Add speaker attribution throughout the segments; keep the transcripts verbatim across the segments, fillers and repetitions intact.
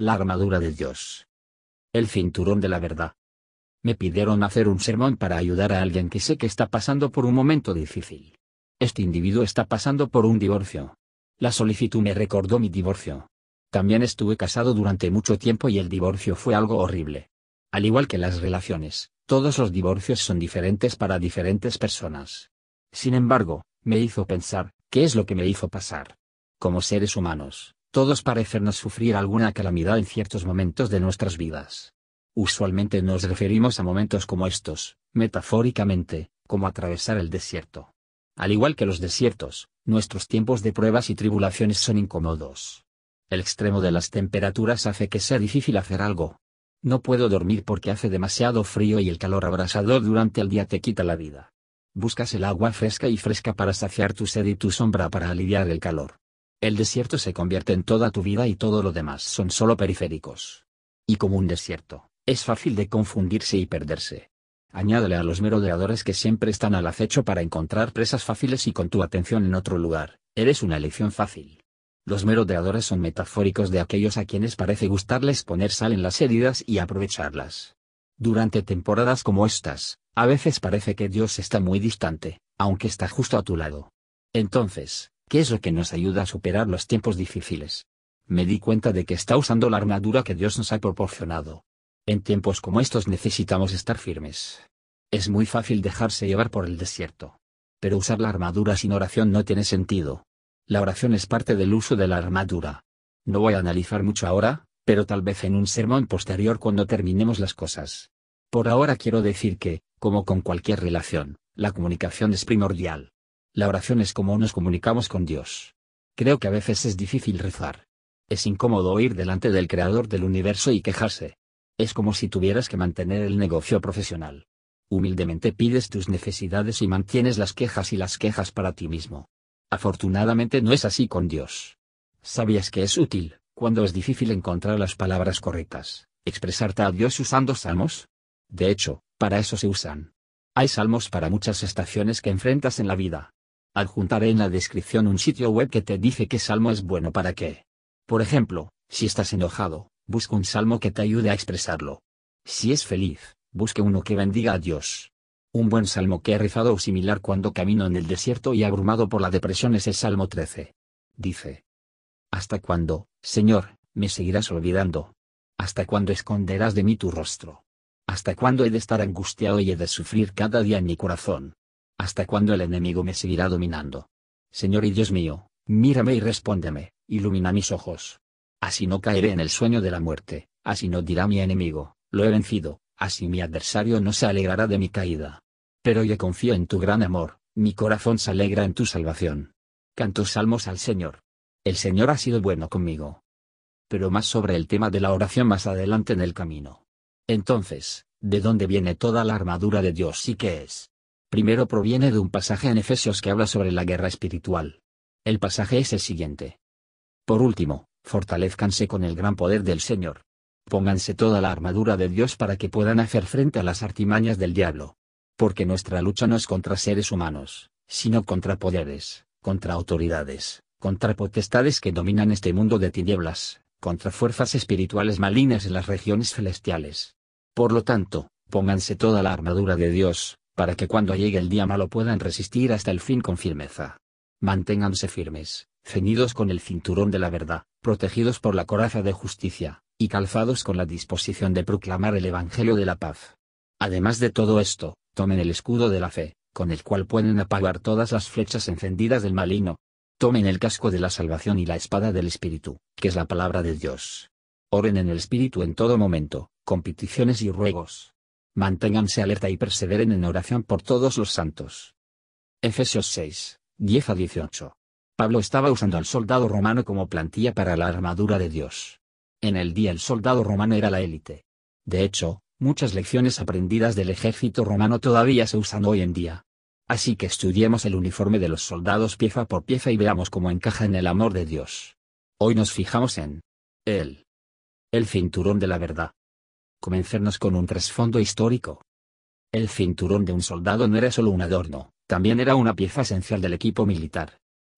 Speaker 1: La armadura de Dios. El cinturón de la verdad. Me pidieron hacer un sermón para ayudar a alguien que sé que está pasando por un momento difícil. Este individuo está pasando por un divorcio. La solicitud me recordó mi divorcio. También estuve casado durante mucho tiempo y el divorcio fue algo horrible. Al igual que las relaciones, todos los divorcios son diferentes para diferentes personas. Sin embargo, me hizo pensar, ¿qué es lo que me hizo pasar? Como seres humanos, todos parecernos sufrir alguna calamidad en ciertos momentos de nuestras vidas. Usualmente nos referimos a momentos como estos, metafóricamente, como atravesar el desierto. Al igual que los desiertos, nuestros tiempos de pruebas y tribulaciones son incómodos. El extremo de las temperaturas hace que sea difícil hacer algo. No puedo dormir porque hace demasiado frío y el calor abrasador durante el día te quita la vida. Buscas el agua fresca y fresca para saciar tu sed y tu sombra para aliviar el calor. El desierto se convierte en toda tu vida y todo lo demás son solo periféricos. Y como un desierto, es fácil de confundirse y perderse. Añádele a los merodeadores que siempre están al acecho para encontrar presas fáciles y con tu atención en otro lugar, eres una elección fácil. Los merodeadores son metafóricos de aquellos a quienes parece gustarles poner sal en las heridas y aprovecharlas. Durante temporadas como estas, a veces parece que Dios está muy distante, aunque está justo a tu lado. Entonces, ¿qué es lo que nos ayuda a superar los tiempos difíciles? Me di cuenta de que está usando la armadura que Dios nos ha proporcionado. En tiempos como estos necesitamos estar firmes. Es muy fácil dejarse llevar por el desierto. Pero usar la armadura sin oración no tiene sentido. La oración es parte del uso de la armadura. No voy a analizar mucho ahora, pero tal vez en un sermón posterior cuando terminemos las cosas. Por ahora quiero decir que, como con cualquier relación, la comunicación es primordial. La oración es como nos comunicamos con Dios. Creo que a veces es difícil rezar. Es incómodo ir delante del Creador del universo y quejarse. Es como si tuvieras que mantener el negocio profesional. Humildemente pides tus necesidades y mantienes las quejas y las quejas para ti mismo. Afortunadamente no es así con Dios. ¿Sabías que es útil, cuando es difícil encontrar las palabras correctas, expresarte a Dios usando salmos? De hecho, para eso se usan. Hay salmos para muchas estaciones que enfrentas en la vida. Adjuntaré en la descripción un sitio web que te dice qué salmo es bueno para qué. Por ejemplo, si estás enojado, busca un salmo que te ayude a expresarlo. Si es feliz, busque uno que bendiga a Dios. Un buen salmo que he rezado o similar cuando camino en el desierto y abrumado por la depresión es el Salmo trece. Dice: ¿Hasta cuándo, Señor, me seguirás olvidando? ¿Hasta cuándo esconderás de mí tu rostro? ¿Hasta cuándo he de estar angustiado y he de sufrir cada día en mi corazón? ¿Hasta cuándo el enemigo me seguirá dominando? Señor y Dios mío, mírame y respóndeme, ilumina mis ojos. Así no caeré en el sueño de la muerte, así no dirá mi enemigo, lo he vencido. Así mi adversario no se alegrará de mi caída. Pero yo confío en tu gran amor, mi corazón se alegra en tu salvación. Canto salmos al Señor. El Señor ha sido bueno conmigo. Pero más sobre el tema de la oración más adelante en el camino. Entonces, ¿de dónde viene toda la armadura de Dios y qué es? Primero proviene de un pasaje en Efesios que habla sobre la guerra espiritual. El pasaje es el siguiente. Por último, fortalézcanse con el gran poder del Señor. Pónganse toda la armadura de Dios para que puedan hacer frente a las artimañas del diablo. Porque nuestra lucha no es contra seres humanos, sino contra poderes, contra autoridades, contra potestades que dominan este mundo de tinieblas, contra fuerzas espirituales malignas en las regiones celestiales. Por lo tanto, pónganse toda la armadura de Dios, para que cuando llegue el día malo puedan resistir hasta el fin con firmeza. Manténganse firmes, ceñidos con el cinturón de la verdad, protegidos por la coraza de justicia, y calzados con la disposición de proclamar el Evangelio de la paz. Además de todo esto, tomen el escudo de la fe, con el cual pueden apagar todas las flechas encendidas del maligno. Tomen el casco de la salvación y la espada del Espíritu, que es la palabra de Dios. Oren en el Espíritu en todo momento, con peticiones y ruegos. Manténganse alerta y perseveren en oración por todos los santos. Efesios seis, diez a dieciocho. Pablo estaba usando al soldado romano como plantilla para la armadura de Dios. En el día el soldado romano era la élite. De hecho, muchas lecciones aprendidas del ejército romano todavía se usan hoy en día. Así que estudiemos el uniforme de los soldados pieza por pieza y veamos cómo encaja en el amor de Dios. Hoy nos fijamos en él. El cinturón de la verdad. Comencemos con un trasfondo histórico. El cinturón de un soldado no era solo un adorno, también era una pieza esencial del equipo militar.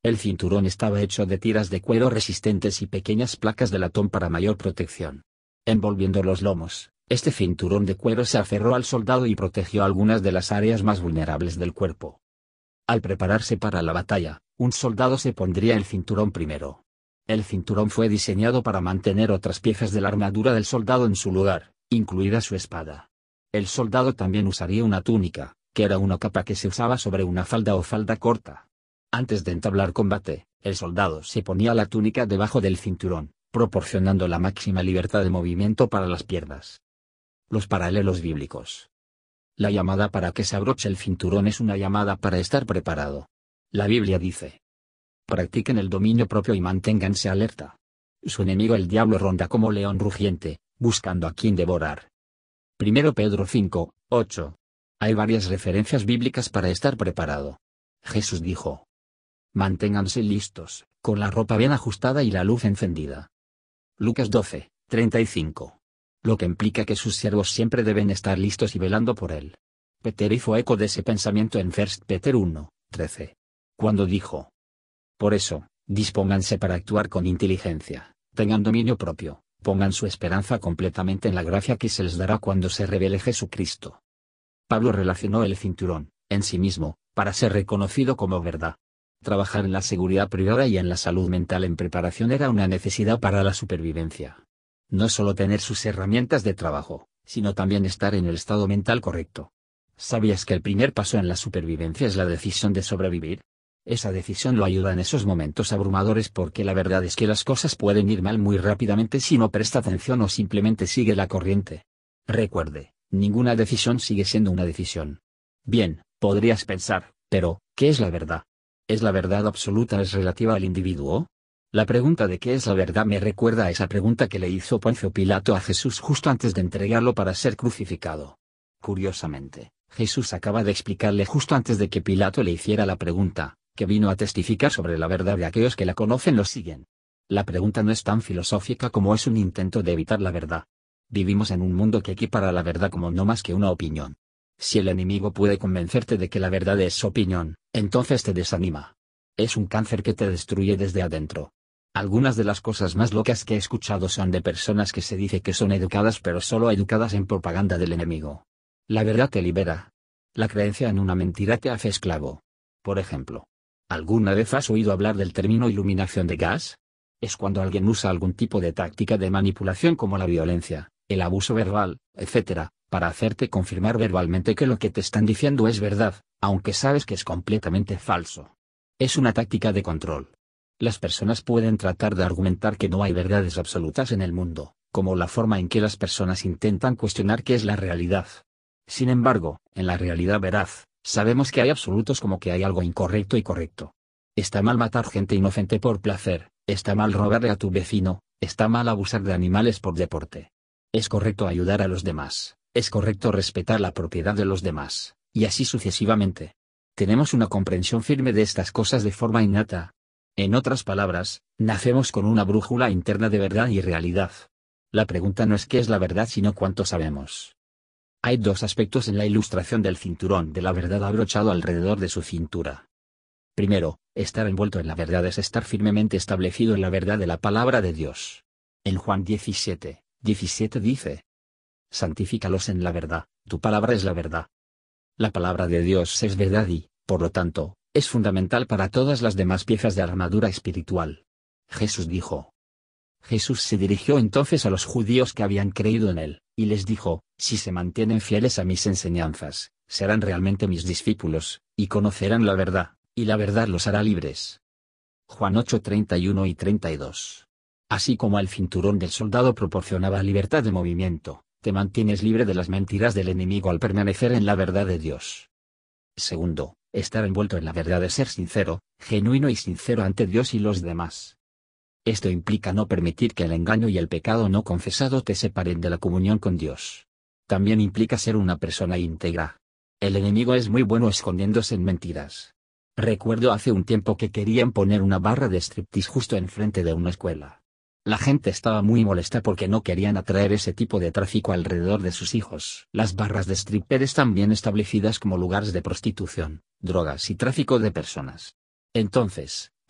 Speaker 1: El cinturón estaba hecho de tiras de cuero resistentes y pequeñas placas de latón para mayor protección. Envolviendo los lomos, este cinturón de cuero se aferró al soldado y protegió algunas de las áreas más vulnerables del cuerpo. Al prepararse para la batalla, un soldado se pondría el cinturón primero. El cinturón fue diseñado para mantener otras piezas de la armadura del soldado en su lugar, incluida su espada. El soldado también usaría una túnica, que era una capa que se usaba sobre una falda o falda corta. Antes de entablar combate, el soldado se ponía la túnica debajo del cinturón, proporcionando la máxima libertad de movimiento para las piernas. Los paralelos bíblicos. La llamada para que se abroche el cinturón es una llamada para estar preparado. La Biblia dice: practiquen el dominio propio y manténganse alerta. Su enemigo el diablo ronda como león rugiente, buscando a quien devorar. Primero Pedro cinco, ocho. Hay varias referencias bíblicas para estar preparado. Jesús dijo: manténganse listos, con la ropa bien ajustada y la luz encendida. Lucas doce, treinta y cinco. Lo que implica que sus siervos siempre deben estar listos y velando por él. Peter hizo eco de ese pensamiento en First Peter uno, trece. Cuando dijo: por eso, dispónganse para actuar con inteligencia, tengan dominio propio, pongan su esperanza completamente en la gracia que se les dará cuando se revele Jesucristo. Pablo relacionó el cinturón, en sí mismo, para ser reconocido como verdad. Trabajar en la seguridad privada y en la salud mental en preparación era una necesidad para la supervivencia. No solo tener sus herramientas de trabajo, sino también estar en el estado mental correcto. ¿Sabías que el primer paso en la supervivencia es la decisión de sobrevivir? Esa decisión lo ayuda en esos momentos abrumadores porque la verdad es que las cosas pueden ir mal muy rápidamente si no presta atención o simplemente sigue la corriente. Recuerde, ninguna decisión sigue siendo una decisión. Bien, podrías pensar, pero, ¿qué es la verdad? ¿Es la verdad absoluta es relativa al individuo? La pregunta de qué es la verdad me recuerda a esa pregunta que le hizo Poncio Pilato a Jesús justo antes de entregarlo para ser crucificado. Curiosamente, Jesús acaba de explicarle justo antes de que Pilato le hiciera la pregunta, que vino a testificar sobre la verdad y aquellos que la conocen lo siguen. La pregunta no es tan filosófica como es un intento de evitar la verdad. Vivimos en un mundo que equipara la verdad como no más que una opinión. Si el enemigo puede convencerte de que la verdad es su opinión, entonces te desanima. Es un cáncer que te destruye desde adentro. Algunas de las cosas más locas que he escuchado son de personas que se dice que son educadas pero solo educadas en propaganda del enemigo. La verdad te libera. La creencia en una mentira te hace esclavo. Por ejemplo, ¿alguna vez has oído hablar del término iluminación de gas? Es cuando alguien usa algún tipo de táctica de manipulación como la violencia, el abuso verbal, etcétera, para hacerte confirmar verbalmente que lo que te están diciendo es verdad, aunque sabes que es completamente falso. Es una táctica de control. Las personas pueden tratar de argumentar que no hay verdades absolutas en el mundo, como la forma en que las personas intentan cuestionar qué es la realidad. Sin embargo, en la realidad veraz, sabemos que hay absolutos como que hay algo incorrecto y correcto. Está mal matar gente inocente por placer, está mal robarle a tu vecino, está mal abusar de animales por deporte. Es correcto ayudar a los demás, es correcto respetar la propiedad de los demás, y así sucesivamente. Tenemos una comprensión firme de estas cosas de forma innata. En otras palabras, nacemos con una brújula interna de verdad y realidad. La pregunta no es qué es la verdad sino cuánto sabemos. Hay dos aspectos en la ilustración del cinturón de la verdad abrochado alrededor de su cintura. Primero, estar envuelto en la verdad es estar firmemente establecido en la verdad de la palabra de Dios. En Juan diecisiete, diecisiete dice: santifícalos en la verdad, tu palabra es la verdad. La palabra de Dios es verdad y, por lo tanto, es fundamental para todas las demás piezas de armadura espiritual. Jesús dijo. Jesús se dirigió entonces a los judíos que habían creído en él, y les dijo: si se mantienen fieles a mis enseñanzas, serán realmente mis discípulos, y conocerán la verdad, y la verdad los hará libres. Juan ocho treinta y uno y treinta y dos. Así como el cinturón del soldado proporcionaba libertad de movimiento, te mantienes libre de las mentiras del enemigo al permanecer en la verdad de Dios. Segundo, estar envuelto en la verdad es ser sincero, genuino y sincero ante Dios y los demás. Esto implica no permitir que el engaño y el pecado no confesado te separen de la comunión con Dios. También implica ser una persona íntegra. El enemigo es muy bueno escondiéndose en mentiras. Recuerdo hace un tiempo que querían poner una barra de striptease justo enfrente de una escuela. La gente estaba muy molesta porque no querían atraer ese tipo de tráfico alrededor de sus hijos. Las barras de stripper están bien establecidas como lugares de prostitución, drogas y tráfico de personas. Entonces,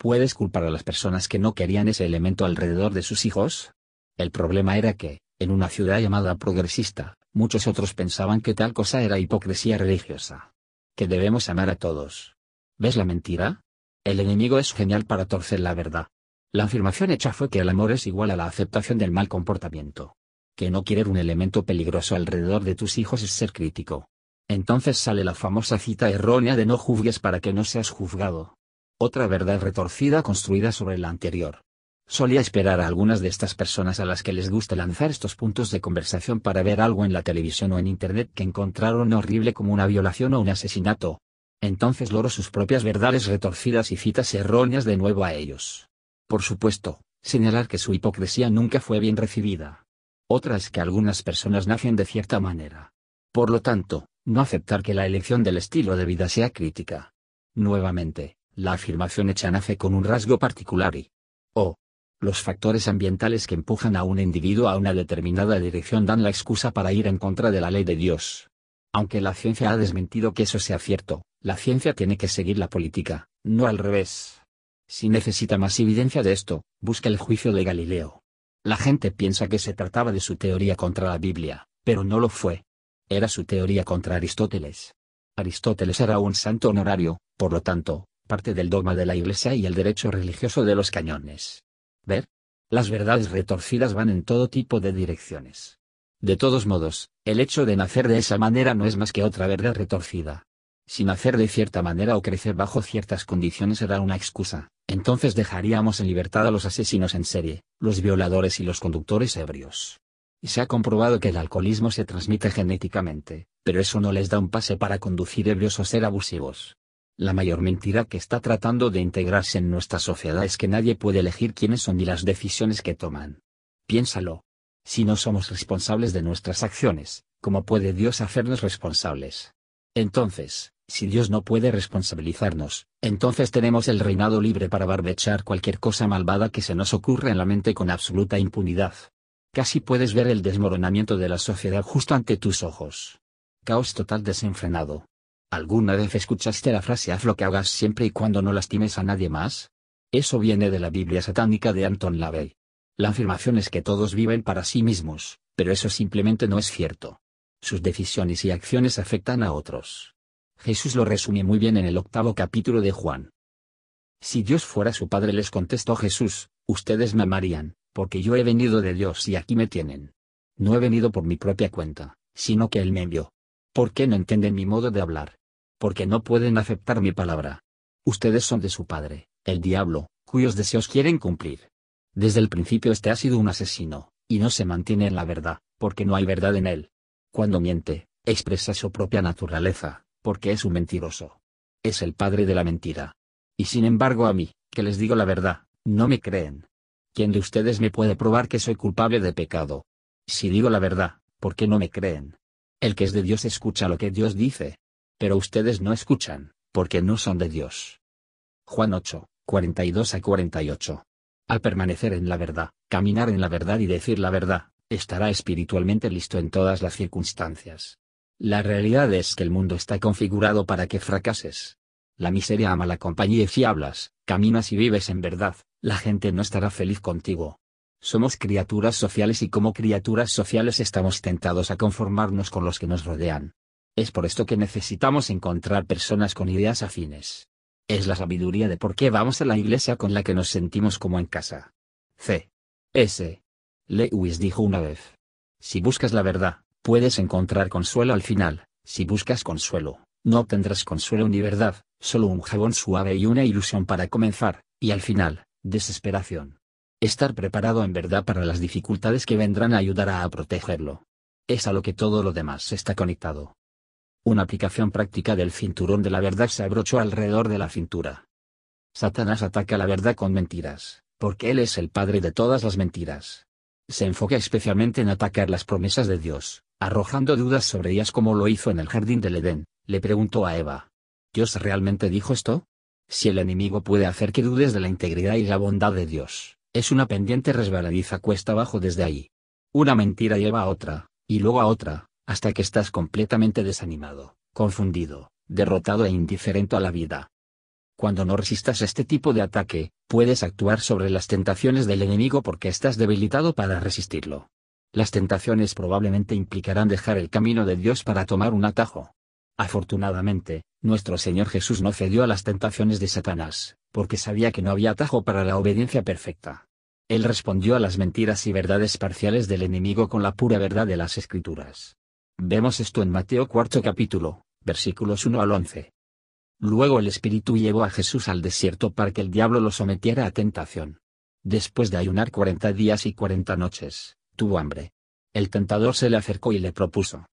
Speaker 1: ¿Puedes culpar a las personas que no querían ese elemento alrededor de sus hijos? El problema era que, en una ciudad llamada progresista, muchos otros pensaban que tal cosa era hipocresía religiosa. Que debemos amar a todos. ¿Ves la mentira? El enemigo es genial para torcer la verdad. La afirmación hecha fue que el amor es igual a la aceptación del mal comportamiento. Que no querer un elemento peligroso alrededor de tus hijos es ser crítico. Entonces sale la famosa cita errónea de no juzgues para que no seas juzgado. Otra verdad retorcida construida sobre la anterior. Solía esperar a algunas de estas personas a las que les gusta lanzar estos puntos de conversación para ver algo en la televisión o en internet que encontraron horrible como una violación o un asesinato. Entonces loro sus propias verdades retorcidas y citas erróneas de nuevo a ellos. Por supuesto, señalar que su hipocresía nunca fue bien recibida. Otra es que algunas personas nacen de cierta manera. Por lo tanto, no aceptar que la elección del estilo de vida sea crítica. Nuevamente, la afirmación hecha nace con un rasgo particular y, o, los factores ambientales que empujan a un individuo a una determinada dirección dan la excusa para ir en contra de la ley de Dios. Aunque la ciencia ha desmentido que eso sea cierto, la ciencia tiene que seguir la política, no al revés. Si necesita más evidencia de esto, busca el juicio de Galileo. La gente piensa que se trataba de su teoría contra la Biblia, pero no lo fue. Era su teoría contra Aristóteles. Aristóteles era un santo honorario, por lo tanto, parte del dogma de la Iglesia y el derecho religioso de los cañones. ¿Ver? Las verdades retorcidas van en todo tipo de direcciones. De todos modos, el hecho de nacer de esa manera no es más que otra verdad retorcida. Si nacer de cierta manera o crecer bajo ciertas condiciones era una excusa, entonces dejaríamos en libertad a los asesinos en serie, los violadores y los conductores ebrios. Y se ha comprobado que el alcoholismo se transmite genéticamente, pero eso no les da un pase para conducir ebrios o ser abusivos. La mayor mentira que está tratando de integrarse en nuestra sociedad es que nadie puede elegir quiénes son ni las decisiones que toman. Piénsalo. Si no somos responsables de nuestras acciones, ¿cómo puede Dios hacernos responsables? Entonces, si Dios no puede responsabilizarnos, entonces tenemos el reinado libre para barbechar cualquier cosa malvada que se nos ocurra en la mente con absoluta impunidad. Casi puedes ver el desmoronamiento de la sociedad justo ante tus ojos. Caos total desenfrenado. ¿Alguna vez escuchaste la frase haz lo que hagas siempre y cuando no lastimes a nadie más? Eso viene de la Biblia satánica de Anton LaVey. La afirmación es que todos viven para sí mismos, pero eso simplemente no es cierto. Sus decisiones y acciones afectan a otros. Jesús lo resume muy bien en el octavo capítulo de Juan. Si Dios fuera su Padre, les contestó Jesús, ustedes me amarían, porque yo he venido de Dios y aquí me tienen. No he venido por mi propia cuenta, sino que Él me envió. ¿Por qué no entienden mi modo de hablar? Porque no pueden aceptar mi palabra. Ustedes son de su padre, el diablo, cuyos deseos quieren cumplir. Desde el principio este ha sido un asesino, y no se mantiene en la verdad, porque no hay verdad en él. Cuando miente, expresa su propia naturaleza, porque es un mentiroso. Es el padre de la mentira. Y sin embargo a mí, que les digo la verdad, no me creen. ¿Quién de ustedes me puede probar que soy culpable de pecado? Si digo la verdad, ¿por qué no me creen? El que es de Dios escucha lo que Dios dice. Pero ustedes no escuchan, porque no son de Dios. Juan ocho, cuarenta y dos a cuarenta y ocho. Al permanecer en la verdad, caminar en la verdad y decir la verdad, estará espiritualmente listo en todas las circunstancias. La realidad es que el mundo está configurado para que fracases. La miseria ama la compañía y si hablas, caminas y vives en verdad, la gente no estará feliz contigo. Somos criaturas sociales y como criaturas sociales estamos tentados a conformarnos con los que nos rodean. Es por esto que necesitamos encontrar personas con ideas afines. Es la sabiduría de por qué vamos a la iglesia con la que nos sentimos como en casa. C. S. Lewis dijo una vez. Si buscas la verdad, puedes encontrar consuelo al final. Si buscas consuelo, no obtendrás consuelo ni verdad, solo un jabón suave y una ilusión para comenzar, y al final, desesperación. Estar preparado en verdad para las dificultades que vendrán ayudará a protegerlo. Es a lo que todo lo demás está conectado. Una aplicación práctica del cinturón de la verdad se abrochó alrededor de la cintura. Satanás ataca la verdad con mentiras, porque él es el padre de todas las mentiras. Se enfoca especialmente en atacar las promesas de Dios, arrojando dudas sobre ellas como lo hizo en el jardín del Edén. Le preguntó a Eva: ¿Dios realmente dijo esto? Si el enemigo puede hacer que dudes de la integridad y la bondad de Dios, es una pendiente resbaladiza cuesta abajo desde ahí. Una mentira lleva a otra, y luego a otra, hasta que estás completamente desanimado, confundido, derrotado e indiferente a la vida. Cuando no resistas este tipo de ataque, puedes actuar sobre las tentaciones del enemigo porque estás debilitado para resistirlo. Las tentaciones probablemente implicarán dejar el camino de Dios para tomar un atajo. Afortunadamente, nuestro Señor Jesús no cedió a las tentaciones de Satanás, porque sabía que no había atajo para la obediencia perfecta. Él respondió a las mentiras y verdades parciales del enemigo con la pura verdad de las Escrituras. Vemos esto en Mateo cuarto capítulo, versículos uno al once. Luego el Espíritu llevó a Jesús al desierto para que el diablo lo sometiera a tentación. Después de ayunar cuarenta días y cuarenta noches, tuvo hambre. El tentador se le acercó y le propuso: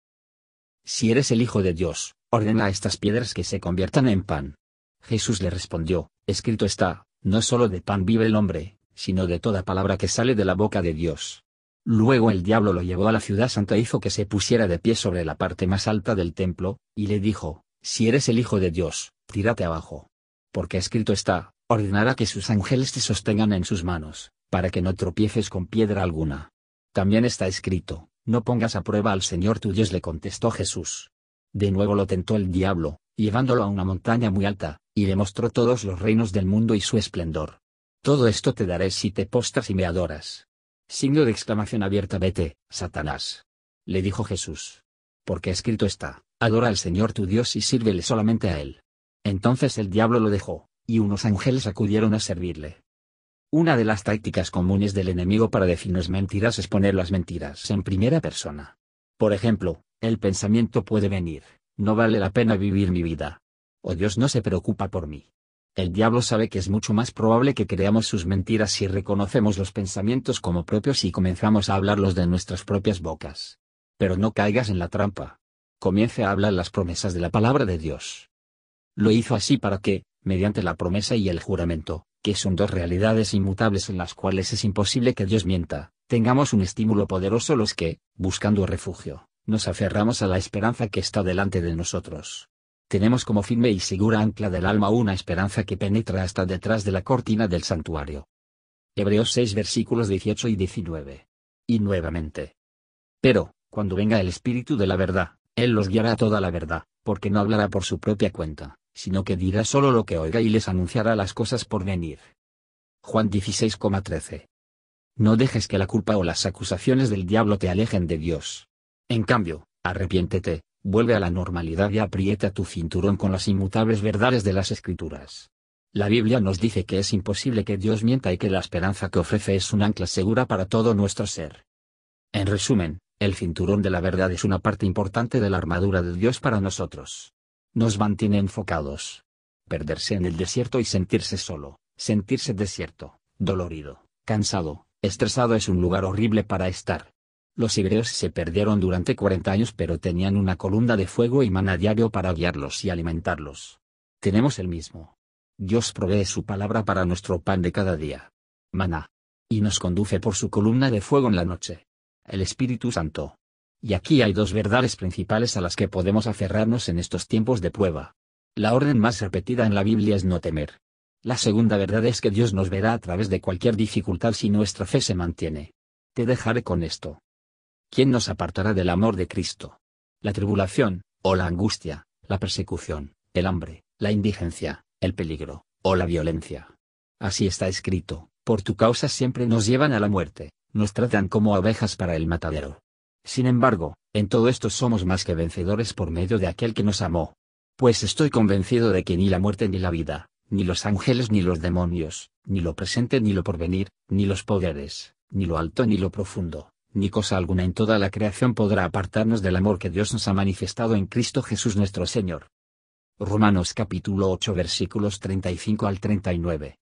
Speaker 1: Si eres el Hijo de Dios, ordena a estas piedras que se conviertan en pan. Jesús le respondió: Escrito está, no solo de pan vive el hombre, sino de toda palabra que sale de la boca de Dios. Luego el diablo lo llevó a la ciudad santa, hizo que se pusiera de pie sobre la parte más alta del templo, y le dijo: Si eres el Hijo de Dios, tírate abajo. Porque escrito está, ordenará que sus ángeles te sostengan en sus manos, para que no tropieces con piedra alguna. También está escrito: No pongas a prueba al Señor tu Dios, le contestó Jesús. De nuevo lo tentó el diablo, llevándolo a una montaña muy alta, y le mostró todos los reinos del mundo y su esplendor. Todo esto te daré si te postras y me adoras. Signo de exclamación abierta. Vete, Satanás, le dijo Jesús. Porque escrito está: Adora al Señor tu Dios y sírvele solamente a Él. Entonces el diablo lo dejó, y unos ángeles acudieron a servirle. Una de las tácticas comunes del enemigo para decirnos mentiras es poner las mentiras en primera persona. Por ejemplo, el pensamiento puede venir: no vale la pena vivir mi vida. O Dios no se preocupa por mí. El diablo sabe que es mucho más probable que creamos sus mentiras si reconocemos los pensamientos como propios y comenzamos a hablarlos de nuestras propias bocas. Pero no caigas en la trampa. Comience a hablar las promesas de la palabra de Dios. Lo hizo así para que, mediante la promesa y el juramento, que son dos realidades inmutables en las cuales es imposible que Dios mienta, tengamos un estímulo poderoso los que, buscando refugio, nos aferramos a la esperanza que está delante de nosotros. Tenemos como firme y segura ancla del alma una esperanza que penetra hasta detrás de la cortina del santuario. Hebreos seis versículos dieciocho y diecinueve. Y nuevamente. Pero, cuando venga el Espíritu de la verdad, Él los guiará a toda la verdad, porque no hablará por su propia cuenta, sino que dirá solo lo que oiga y les anunciará las cosas por venir. Juan dieciséis trece. No dejes que la culpa o las acusaciones del diablo te alejen de Dios. En cambio, arrepiéntete, vuelve a la normalidad y aprieta tu cinturón con las inmutables verdades de las Escrituras. La Biblia nos dice que es imposible que Dios mienta y que la esperanza que ofrece es un ancla segura para todo nuestro ser. En resumen, el cinturón de la verdad es una parte importante de la armadura de Dios para nosotros. Nos mantiene enfocados. Perderse en el desierto y sentirse solo, sentirse desierto, dolorido, cansado, estresado es un lugar horrible para estar. Los hebreos se perdieron durante cuarenta años, pero tenían una columna de fuego y maná diario para guiarlos y alimentarlos. Tenemos el mismo. Dios provee su palabra para nuestro pan de cada día. Maná. Y nos conduce por su columna de fuego en la noche. El Espíritu Santo. Y aquí hay dos verdades principales a las que podemos aferrarnos en estos tiempos de prueba. La orden más repetida en la Biblia es no temer. La segunda verdad es que Dios nos verá a través de cualquier dificultad si nuestra fe se mantiene. Te dejaré con esto. ¿Quién nos apartará del amor de Cristo? La tribulación, o la angustia, la persecución, el hambre, la indigencia, el peligro, o la violencia. Así está escrito: por tu causa siempre nos llevan a la muerte, nos tratan como ovejas para el matadero. Sin embargo, en todo esto somos más que vencedores por medio de aquel que nos amó. Pues estoy convencido de que ni la muerte ni la vida, ni los ángeles ni los demonios, ni lo presente ni lo porvenir, ni los poderes, ni lo alto ni lo profundo, ni cosa alguna en toda la creación podrá apartarnos del amor que Dios nos ha manifestado en Cristo Jesús nuestro Señor. Romanos capítulo ocho versículos treinta y cinco al treinta y nueve.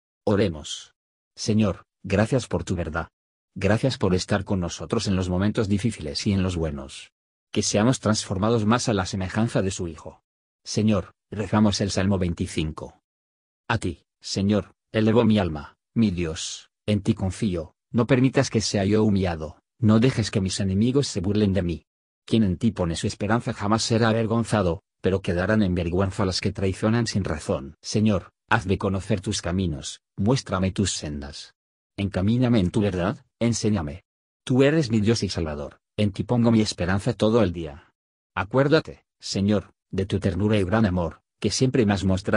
Speaker 1: Oremos. Señor, gracias por tu verdad. Gracias por estar con nosotros en los momentos difíciles y en los buenos. Que seamos transformados más a la semejanza de su Hijo. Señor, rezamos el Salmo veinticinco. A ti, Señor, elevo mi alma, mi Dios, en ti confío, no permitas que sea yo humillado, no dejes que mis enemigos se burlen de mí. Quien en ti pone su esperanza jamás será avergonzado, pero quedarán en vergüenza las que traicionan sin razón. Señor, hazme conocer tus caminos, muéstrame tus sendas. Encamíname en tu verdad, enséñame. Tú eres mi Dios y Salvador, en ti pongo mi esperanza todo el día. Acuérdate, Señor, de tu ternura y gran amor, que siempre me has mostrado,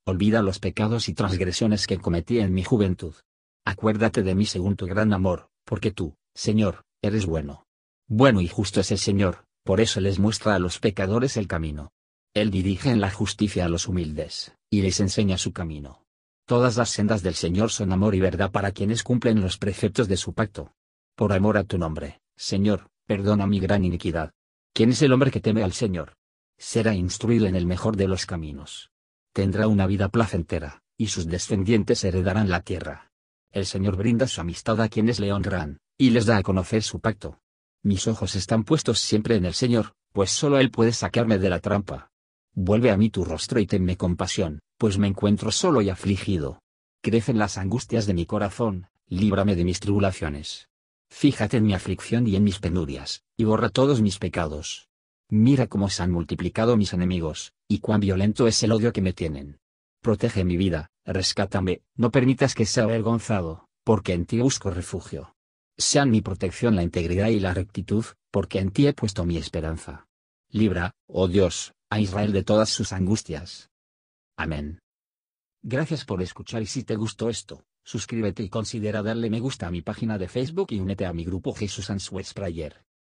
Speaker 1: Olvida los pecados y transgresiones que cometí en mi juventud. Acuérdate de mí según tu gran amor, porque tú, Señor, eres bueno. Bueno y justo es el Señor, por eso les muestra a los pecadores el camino. Él dirige en la justicia a los humildes, y les enseña su camino. Todas las sendas del Señor son amor y verdad para quienes cumplen los preceptos de su pacto. Por amor a tu nombre, Señor, perdona mi gran iniquidad. ¿Quién es el hombre que teme al Señor? Será instruido en el mejor de los caminos. Tendrá una vida placentera, y sus descendientes heredarán la tierra. El Señor brinda su amistad a quienes le honran, y les da a conocer su pacto. Mis ojos están puestos siempre en el Señor, pues solo Él puede sacarme de la trampa. Vuelve a mí tu rostro y tenme compasión, pues me encuentro solo y afligido. Crecen las angustias de mi corazón, líbrame de mis tribulaciones. Fíjate en mi aflicción y en mis penurias, y borra todos mis pecados. Mira cómo se han multiplicado mis enemigos, y cuán violento es el odio que me tienen. Protege mi vida, rescátame, no permitas que sea avergonzado, porque en ti busco refugio. Sean mi protección la integridad y la rectitud, porque en ti he puesto mi esperanza. Libra, oh Dios, a Israel de todas sus angustias. Amén. Gracias por escuchar y si te gustó esto, suscríbete y considera darle me gusta a mi página de Facebook y únete a mi grupo Jesús Answers Prayer.